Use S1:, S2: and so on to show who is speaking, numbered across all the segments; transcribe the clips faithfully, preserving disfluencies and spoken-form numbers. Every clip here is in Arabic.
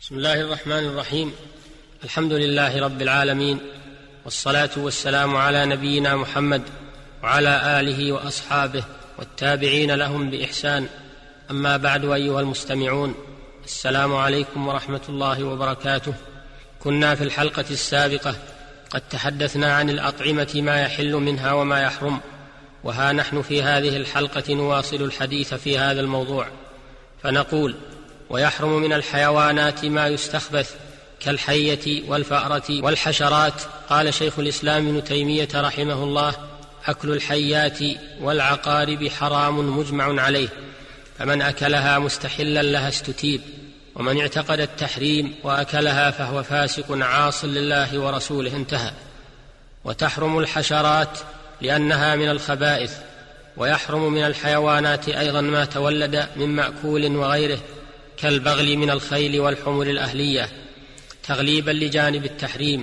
S1: بسم الله الرحمن الرحيم. الحمد لله رب العالمين، والصلاة والسلام على نبينا محمد وعلى آله وأصحابه والتابعين لهم بإحسان. أما بعد، أيها المستمعون، السلام عليكم ورحمة الله وبركاته. كنا في الحلقة السابقة قد تحدثنا عن الأطعمة ما يحل منها وما يحرم، وها نحن في هذه الحلقة نواصل الحديث في هذا الموضوع، فنقول: ويحرم من الحيوانات ما يستخبث كالحية والفأرة والحشرات. قال شيخ الإسلام ابن تيمية رحمه الله: أكل الحيات والعقارب حرام مجمع عليه، فمن أكلها مستحلا لها استتيب، ومن اعتقد التحريم وأكلها فهو فاسق عاص لله ورسوله. انتهى. وتحرم الحشرات لأنها من الخبائث. ويحرم من الحيوانات أيضا ما تولد من مأكول وغيره كالبغل من الخيل والحمر الأهلية، تغليبا لجانب التحريم.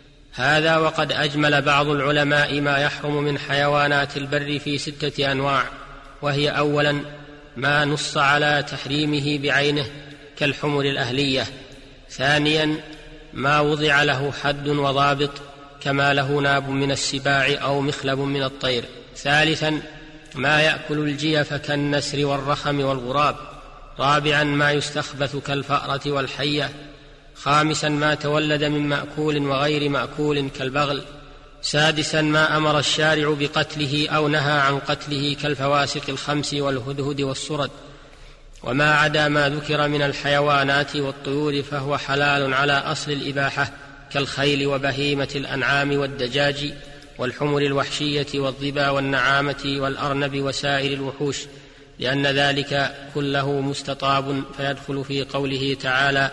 S1: هذا وقد أجمل بعض العلماء ما يحرم من حيوانات البر في ستة أنواع، وهي: أولا ما نص على تحريمه بعينه كالحمر الأهلية. ثانيا ما وضع له حد وضابط كما له ناب من السباع أو مخلب من الطير. ثالثا ما يأكل الجيف كالنسر والرخم والغراب. رابعا ما يستخبث كالفأرة والحية. خامسا ما تولد من مأكول وغير مأكول كالبغل. سادسا ما أمر الشارع بقتله أو نهى عن قتله كالفواسق الخمس والهدهد والصرد. وما عدا ما ذكر من الحيوانات والطيور فهو حلال على أصل الإباحة كالخيل وبهيمة الأنعام والدجاج والحمر الوحشية والظبا والنعامة والأرنب وسائر الوحوش، لأن ذلك كله مستطاب، فيدخل في قوله تعالى: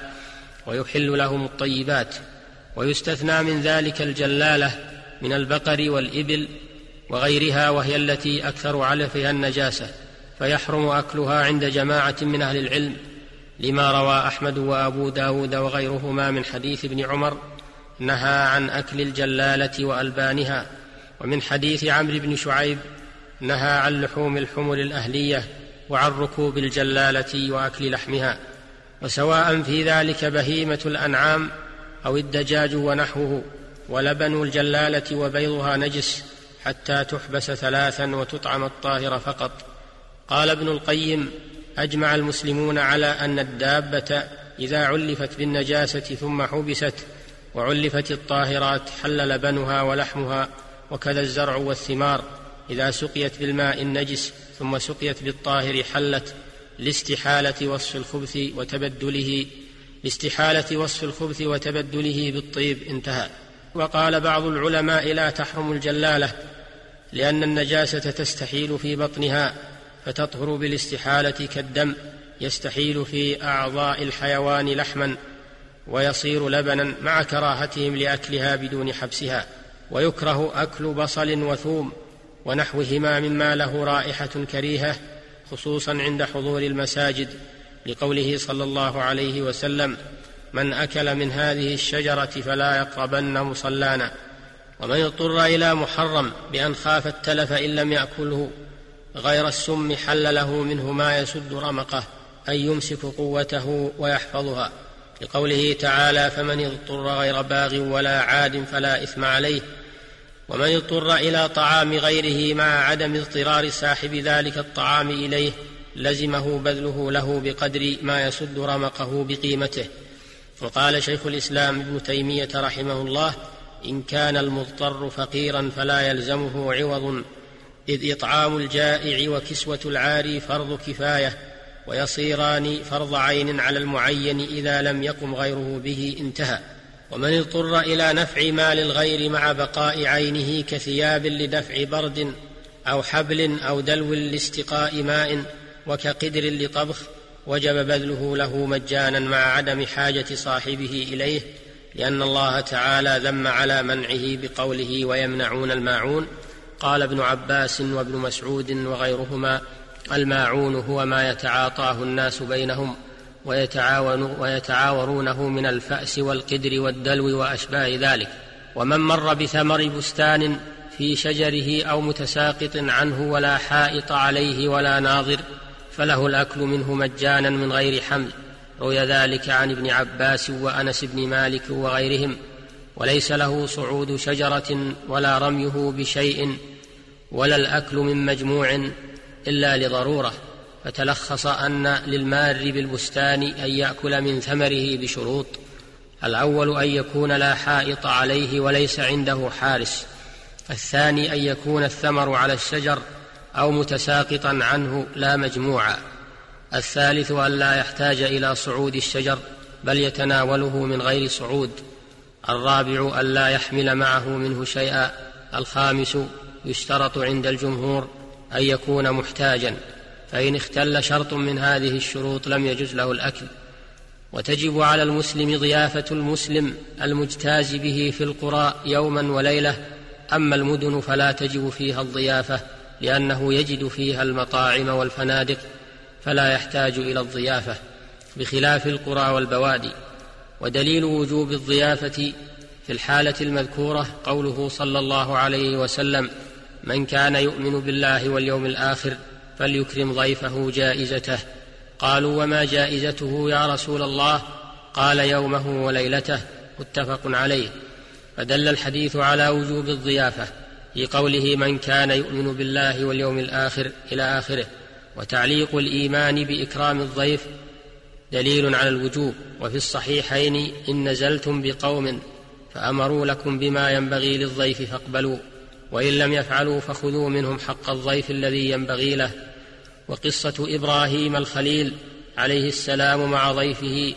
S1: ويحل لهم الطيبات. ويستثنى من ذلك الجلالة من البقر والإبل وغيرها، وهي التي أكثر علفها النجاسة، فيحرم أكلها عند جماعة من أهل العلم، لما روى أحمد وأبو داود وغيرهما من حديث ابن عمر نهى عن أكل الجلالة وألبانها، ومن حديث عمرو بن شعيب نهى عن لحوم الحمر الأهلية وعن ركوب الجلالة وأكل لحمها. وسواء في ذلك بهيمة الأنعام أو الدجاج ونحوه. ولبن الجلالة وبيضها نجس حتى تحبس ثلاثا وتطعم الطاهر فقط. قال ابن القيم: أجمع المسلمون على أن الدابة إذا علفت بالنجاسة ثم حبست وعلفت الطاهرات حل لبنها ولحمها، وكذا الزرع والثمار إذا سقيت بالماء النجس ثم سقيت بالطاهر حلت، لاستحالة وصف الخبث وتبدله لاستحالة وصف الخبث وتبدله بالطيب. انتهى. وقال بعض العلماء: لا تحرم الجلالة لأن النجاسة تستحيل في بطنها فتطهر بالاستحالة كالدم يستحيل في أعضاء الحيوان لحما ويصير لبنا، مع كراهتهم لأكلها بدون حبسها. ويكره أكل بصل وثوم ونحوهما مما له رائحة كريهة، خصوصا عند حضور المساجد، لقوله صلى الله عليه وسلم: من أكل من هذه الشجرة فلا يقربن مصلانا. ومن اضطر إلى محرم بأن خاف التلف إن لم يأكله غير السم حل له منه ما يسد رمقه، أن يمسك قوته ويحفظها، لقوله تعالى: فمن اضطر غير باغ ولا عاد فلا إثم عليه. ومن اضطر إلى طعام غيره مع عدم اضطرار صاحب ذلك الطعام إليه لزمه بذله له بقدر ما يسد رمقه بقيمته. وقال شيخ الإسلام ابن تيمية رحمه الله: إن كان المضطر فقيرا فلا يلزمه عوض، إذ إطعام الجائع وكسوة العاري فرض كفاية، ويصيران فرض عين على المعين إذا لم يقم غيره به. انتهى. ومن اضطر إلى نفع مال الغير مع بقاء عينه كثياب لدفع برد أو حبل أو دلو لاستقاء ماء وكقدر لطبخ، وجب بذله له مجانا مع عدم حاجة صاحبه إليه، لأن الله تعالى ذم على منعه بقوله: ويمنعون الماعون. قال ابن عباس وابن مسعود وغيرهما: الماعون هو ما يتعاطاه الناس بينهم ويتعاون ويتعاورونه من الفأس والقدر والدلو وأشباه ذلك. ومن مر بثمر بستان في شجره أو متساقط عنه ولا حائط عليه ولا ناظر فله الأكل منه مجانا من غير حمل، روي ذلك عن ابن عباس وأنس بن مالك وغيرهم. وليس له صعود شجرة ولا رميه بشيء ولا الأكل من مجموع إلا لضرورة، فتلخص أن للمار بالبستان أن يأكل من ثمره بشروط: الأول أن يكون لا حائط عليه وليس عنده حارس، الثاني أن يكون الثمر على الشجر أو متساقطا عنه لا مجموعا، الثالث أن لا يحتاج إلى صعود الشجر بل يتناوله من غير صعود، الرابع أن لا يحمل معه منه شيئا، الخامس يشترط عند الجمهور أن يكون محتاجا، فإن اختل شرط من هذه الشروط لم يجز له الأكل. وتجب على المسلم ضيافة المسلم المجتاز به في القرى يوما وليلة، أما المدن فلا تجب فيها الضيافة لأنه يجد فيها المطاعم والفنادق فلا يحتاج إلى الضيافة، بخلاف القرى والبوادي. ودليل وجوب الضيافة في الحالة المذكورة قوله صلى الله عليه وسلم: من كان يؤمن بالله واليوم الآخر فليكرم ضيفه جائزته. قالوا: وما جائزته يا رسول الله؟ قال: يومه وليلته، متفق عليه. فدل الحديث على وجوب الضيافة في قوله: من كان يؤمن بالله واليوم الآخر إلى آخره. وتعليق الإيمان بإكرام الضيف دليل على الوجوب. وفي الصحيحين: إن نزلتم بقوم فأمروا لكم بما ينبغي للضيف فاقبلوا، وإن لم يفعلوا فخذوا منهم حق الضيف الذي ينبغي له. وقصة إبراهيم الخليل عليه السلام مع ضيفه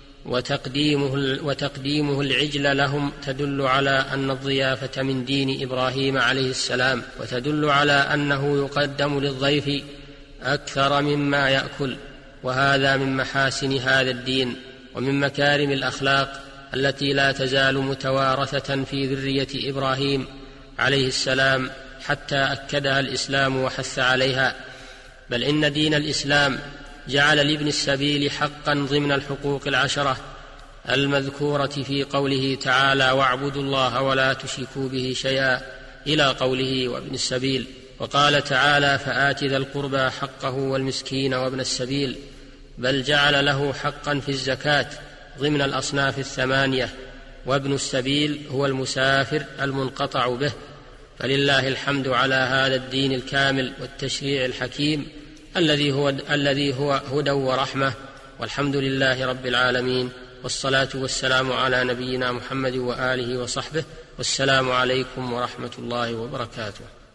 S1: وتقديمه, وتقديمه العجل لهم تدل على أن الضيافة من دين إبراهيم عليه السلام، وتدل على أنه يقدم للضيف أكثر مما يأكل، وهذا من محاسن هذا الدين ومن مكارم الأخلاق التي لا تزال متوارثة في ذرية إبراهيم عليه السلام حتى أكدها الإسلام وحث عليها. بل إن دين الإسلام جعل لابن السبيل حقا ضمن الحقوق العشرة المذكورة في قوله تعالى: واعبدوا الله ولا تشركوا به شيئا، إلى قوله: وابن السبيل. وقال تعالى: فآت ذا القربى حقه والمسكين وابن السبيل. بل جعل له حقا في الزكاة ضمن الأصناف الثمانية، وابن السبيل هو المسافر المنقطع به. فلله الحمد على هذا الدين الكامل والتشريع الحكيم الذي هو, الذي هو هدى ورحمة، والحمد لله رب العالمين، والصلاة والسلام على نبينا محمد وآله وصحبه، والسلام عليكم ورحمة الله وبركاته.